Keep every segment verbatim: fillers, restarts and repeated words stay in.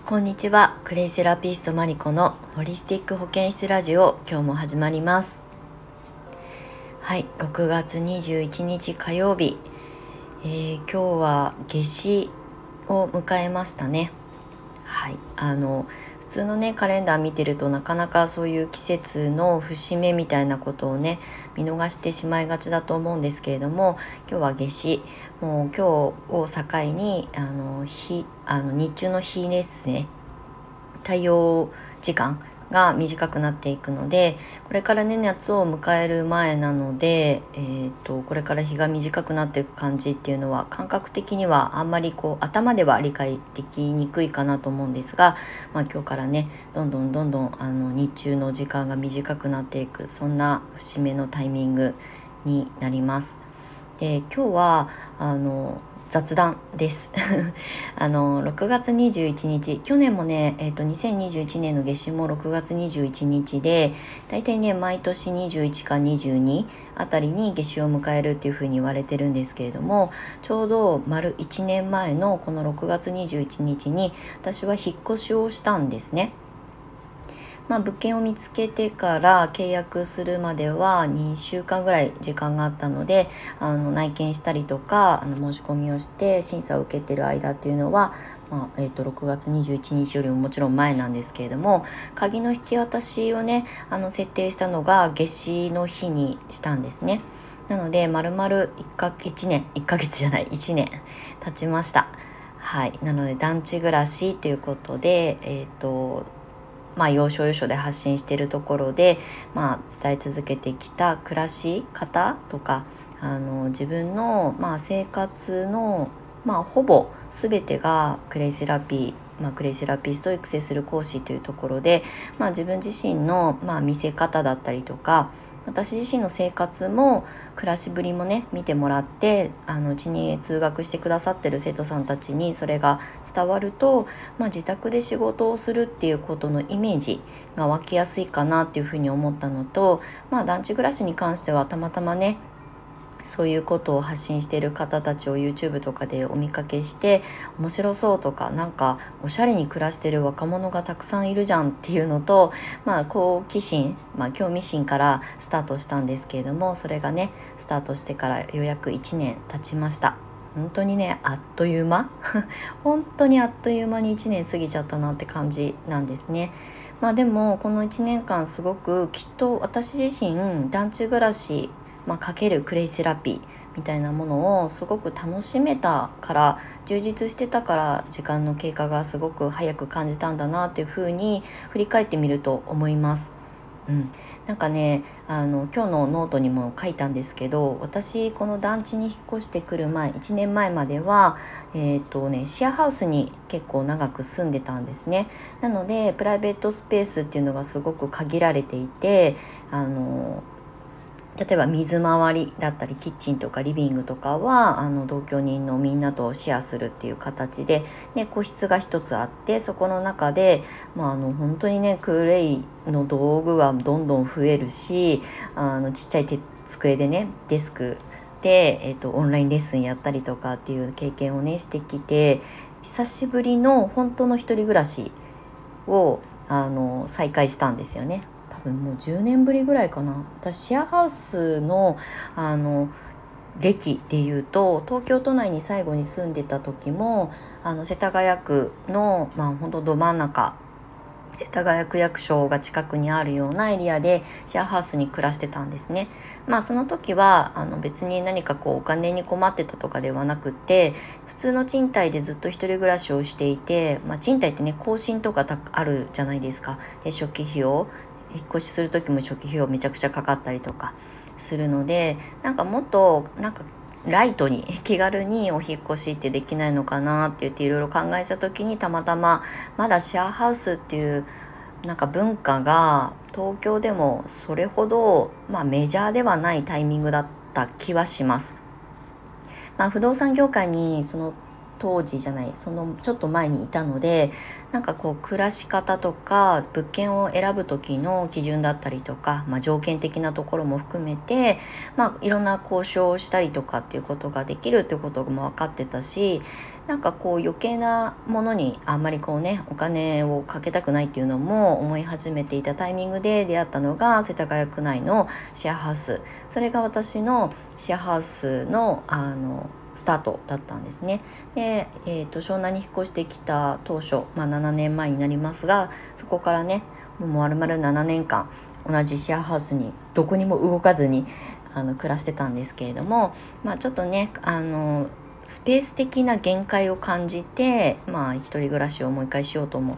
こんにちは。クレイセラピストマリコのホリスティック保健室ラジオ、今日も始まります。はい、ろくがつにじゅういちにち火曜日、えー、今日は夏至を迎えましたね。はい、あの普通のねカレンダー見てるとなかなかそういう季節の節目みたいなことをね見逃してしまいがちだと思うんですけれども、今日は夏至、もう今日を境にあの日あの日中の日ですね、太陽時間が短くなっていくので、これからね夏を迎える前なので、えー、とこれから日が短くなっていく感じっていうのは感覚的にはあんまりこう頭では理解できにくいかなと思うんですが、まあ、今日からねどんどんどんどんあの日中の時間が短くなっていく、そんな節目のタイミングになります。で今日はあの雑談ですあのろくがつにじゅういちにち、去年もね、えー、とにせんにじゅういちねんの夏至もろくがつにじゅういちにちで、だいたいね毎年にじゅういちかにじゅうにあたりに夏至を迎えるっていう風に言われてるんですけれども、ちょうど丸いちねんまえのこのろくがつにじゅういちにちに私は引っ越しをしたんですね。まあ、物件を見つけてから契約するまではにしゅうかんぐらい時間があったので、あの内見したりとかあの申し込みをして審査を受けてる間っていうのは、まあえー、とろくがつにじゅういちにちよりももちろん前なんですけれども、鍵の引き渡しをねあの設定したのが夏至の日にしたんですね。なので丸々いっかいちねんいっかげつじゃないいちねん経ちました。はい、なので団地暮らしということで、えっ、とまあ、要所要所で発信しているところで、まあ、伝え続けてきた暮らし方とか、あの自分の、まあ、生活の、まあ、ほぼ全てがクレイセラピー、まあ、クレイセラピストを育成する講師というところで、まあ、自分自身の、まあ、見せ方だったりとか、私自身の生活も暮らしぶりもね見てもらって、あのうちに通学してくださってる生徒さんたちにそれが伝わると、まあ、自宅で仕事をするっていうことのイメージが湧きやすいかなっていうふうに思ったのと、まあ、団地暮らしに関してはたまたまねそういうことを発信している方たちを YouTube とかでお見かけして、面白そうとか、なんかおしゃれに暮らしてる若者がたくさんいるじゃんっていうのと、まあ好奇心、まあ興味心からスタートしたんですけれども、それがねスタートしてからようやくいちねん経ちました。本当にねあっという間本当にあっという間にいちねん過ぎちゃったなって感じなんですね。まあでもこのいちねんかんすごくきっと私自身団地暮らし、まあ、かけるクレイセラピーみたいなものをすごく楽しめたから、充実してたから時間の経過がすごく早く感じたんだなっていうふうに振り返ってみると思います。うん、なんかねあの今日のノートにも書いたんですけど、私この団地に引っ越してくる前いちねんまえまでは、えーとね、シェアハウスに結構長く住んでたんですね。なのでプライベートスペースっていうのがすごく限られていて、あの例えば水回りだったりキッチンとかリビングとかはあの同居人のみんなとシェアするっていう形で、ね、個室が一つあって、そこの中で、まあ、あの本当にねクレイの道具はどんどん増えるし、あのちっちゃい手机でねデスクで、えーと、オンラインレッスンやったりとかっていう経験をねしてきて、久しぶりの本当の一人暮らしをあの再開したんですよね。多分もうじゅうねんぶりぐらいかな。私シェアハウスのあの歴でいうと、東京都内に最後に住んでた時もあの世田谷区の、まあ、本当ど真ん中、世田谷区役所が近くにあるようなエリアでシェアハウスに暮らしてたんですね。まあその時はあの別に何かこうお金に困ってたとかではなくて、普通の賃貸でずっと一人暮らしをしていて、まあ、賃貸ってね更新とかあるじゃないですか。で初期費用、引っ越しする時も初期費用めちゃくちゃかかったりとかするので、なんかもっとなんかライトに気軽にお引っ越しってできないのかなって言っていろいろ考えた時に、たまたままだシェアハウスっていうなんか文化が東京でもそれほど、まあ、メジャーではないタイミングだった気はします。まあ、不動産業界にその当時じゃないそのちょっと前にいたので、なんかこう暮らし方とか物件を選ぶ時の基準だったりとか、まあ、条件的なところも含めて、まあ、いろんな交渉をしたりとかっていうことができるっていうことも分かってたし、 なんかこう余計なものにあんまりこうねお金をかけたくないっていうのも思い始めていたタイミングで出会ったのが世田谷区内のシェアハウス。それが私のシェアハウスのあのスタートだったんですね。で、えーと、湘南に引っ越してきた当初、まあ、ななねんまえになりますが、そこからねもう丸々ななねんかん同じシェアハウスにどこにも動かずにあの暮らしてたんですけれども、まあ、ちょっとねあのスペース的な限界を感じて、まあ、一人暮らしをもう一回しようと思って、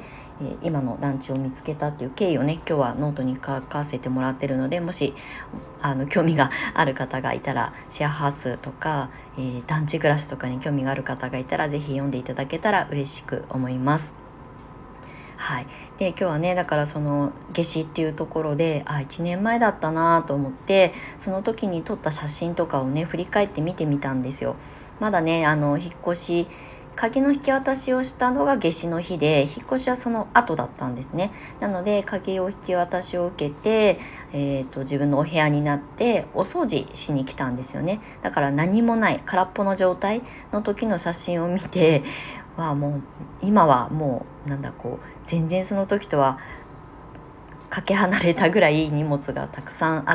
えー、今の団地を見つけたっていう経緯をね今日はノートに書かせてもらってるので、もしあの興味がある方がいたら、シェアハウスとか、えー、団地暮らしとかに興味がある方がいたらぜひ読んでいただけたら嬉しく思います。はい、で今日はねだからその夏至っていうところであいちねんまえだったなと思って、その時に撮った写真とかをね振り返って見てみたんですよ。まだねあの引っ越し鍵の引き渡しをしたのが夏至の日で、引っ越しはその後だったんですね。なので鍵を引き渡しを受けて、えーと、自分のお部屋になってお掃除しに来たんですよね。だから何もない空っぽの状態の時の写真を見てはもう今はもうなんだこう全然その時とはかけ離れたぐらい荷物がたくさんあって、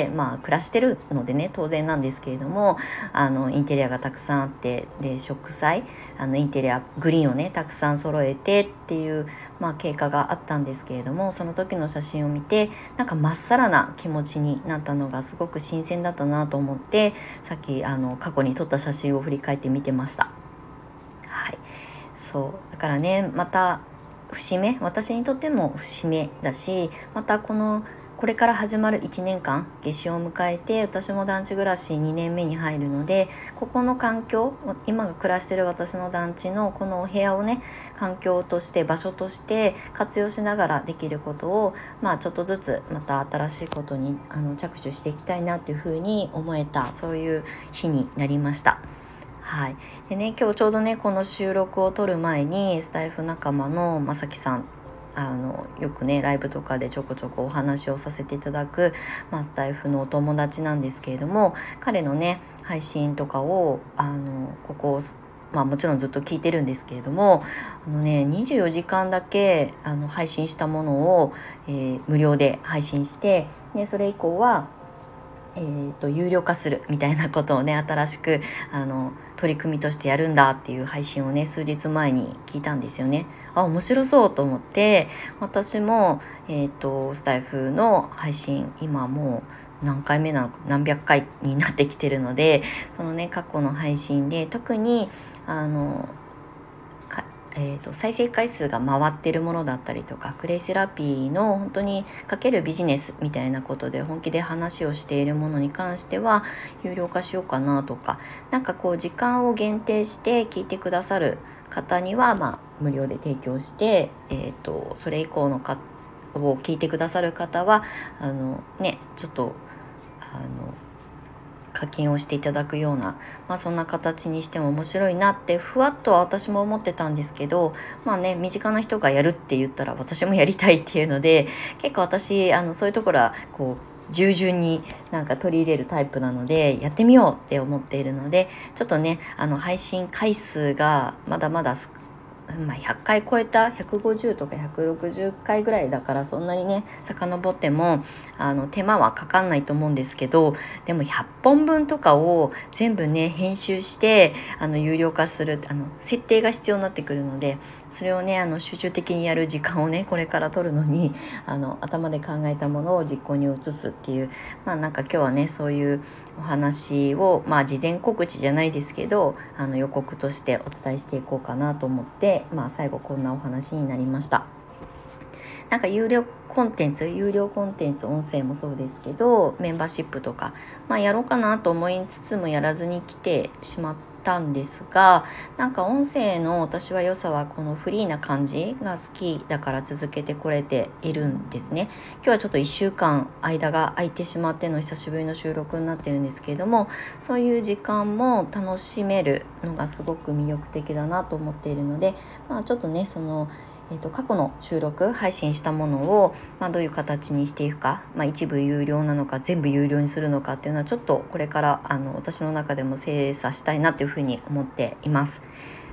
まあ暮らしてるのでね当然なんですけれども、あのインテリアがたくさんあって、で植栽あのインテリアグリーンをねたくさん揃えてっていう、まあ、経過があったんですけれども、その時の写真を見てなんかまっさらな気持ちになったのがすごく新鮮だったなと思って、さっきあの過去に撮った写真を振り返ってみてました。はい、そうだからねまた節目、私にとっても節目だし、またこのこれから始まるいちねんかん夏至を迎えて、私も団地暮らしにねんめに入るので、ここの環境、今が暮らしてる私の団地のこのお部屋をね環境として場所として活用しながらできることを、まあちょっとずつまた新しいことにあの着手していきたいなっていうふうに思えた、そういう日になりました。はい、でね今日ちょうどねこの収録を撮る前にスタイフ仲間のまさきさん、あのよくねライブとかでちょこちょこお話をさせていただく、まあ、スタイフのお友達なんですけれども、彼のね配信とかをあのここまあもちろんずっと聞いてるんですけれども、あのねにじゅうよじかんだけあの配信したものを、えー、無料で配信して、でそれ以降はえーと、有料化するみたいなことをね新しくあの取り組みとしてやるんだっていう配信をね数日前に聞いたんですよね。あ、面白そうと思って、私も、えーと、スタイフの配信今もう何回目なのか何百回になってきてるので、そのね過去の配信で特にあのえーと、再生回数が回ってるものだったりとか、クレイセラピーの本当にかけるビジネスみたいなことで本気で話をしているものに関しては有料化しようかなとか、なんかこう時間を限定して聞いてくださる方にはまあ無料で提供して、えーと、それ以降のかを聞いてくださる方はあのねちょっとあの課金をしていただくような、まあ、そんな形にしても面白いなってふわっとは私も思ってたんですけど、まあね身近な人がやるって言ったら私もやりたいっていうので、結構私あのそういうところはこう従順になんか取り入れるタイプなので、やってみようって思っているので、ちょっとねあの配信回数がまだまだ少まあ、ひゃっかい超えたひゃくごじゅうとかひゃくろくじゅっかいぐらいだから、そんなにね遡ってもあの手間はかかんないと思うんですけど、でもひゃっぽんぶんとかを全部ね編集してあの有料化するあの設定が必要になってくるので、それをねあの集中的にやる時間をねこれから取るのにあの頭で考えたものを実行に移すっていう、まあなんか今日はねそういうお話を、まあ、事前告知じゃないですけどあの予告としてお伝えしていこうかなと思って、まあ、最後こんなお話になりました。なんか有料コンテンツ有料コンテンツ音声もそうですけどメンバーシップとか、まあ、やろうかなと思いつつもやらずに来てしまったんですが、なんか音声の私は良さはこのフリーな感じが好きだから続けてこれているんですね。今日はちょっといっしゅうかん間が空いてしまっての久しぶりの収録になってるんですけれども、そういう時間も楽しめるのがすごく魅力的だなと思っているので、まあ、ちょっとねそのえー、と過去の収録配信したものを、まあ、どういう形にしていくか、まあ、一部有料なのか全部有料にするのかっていうのはちょっとこれからあの私の中でも精査したいなというふうに思っています。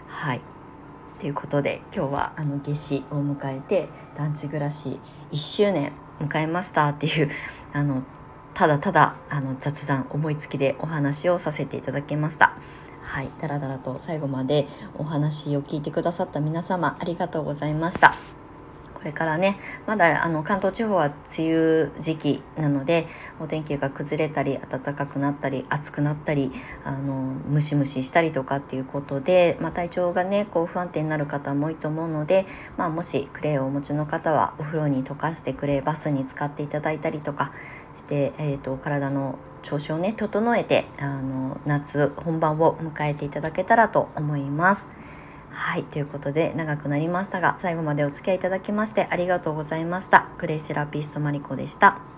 はいということで今日はあの夏至を迎えて団地暮らしいっしゅうねん迎えましたっていうあのただただあの雑談思いつきでお話をさせていただきました。はい、だらだらと最後までお話を聞いてくださった皆様ありがとうございました。これからねまだあの関東地方は梅雨時期なのでお天気が崩れたり暖かくなったり暑くなったりあのムシムシしたりとかっていうことで、まあ、体調がねこう不安定になる方も多いと思うので、まあ、もしクレーをお持ちの方はお風呂に溶かしてクレーバスに使っていただいたりとかして、えーと、体の調子をね整えてあの夏本番を迎えていただけたらと思います。はい、ということで長くなりましたが最後までお付き合いいただきましてありがとうございました。クレイセラピストマリコでした。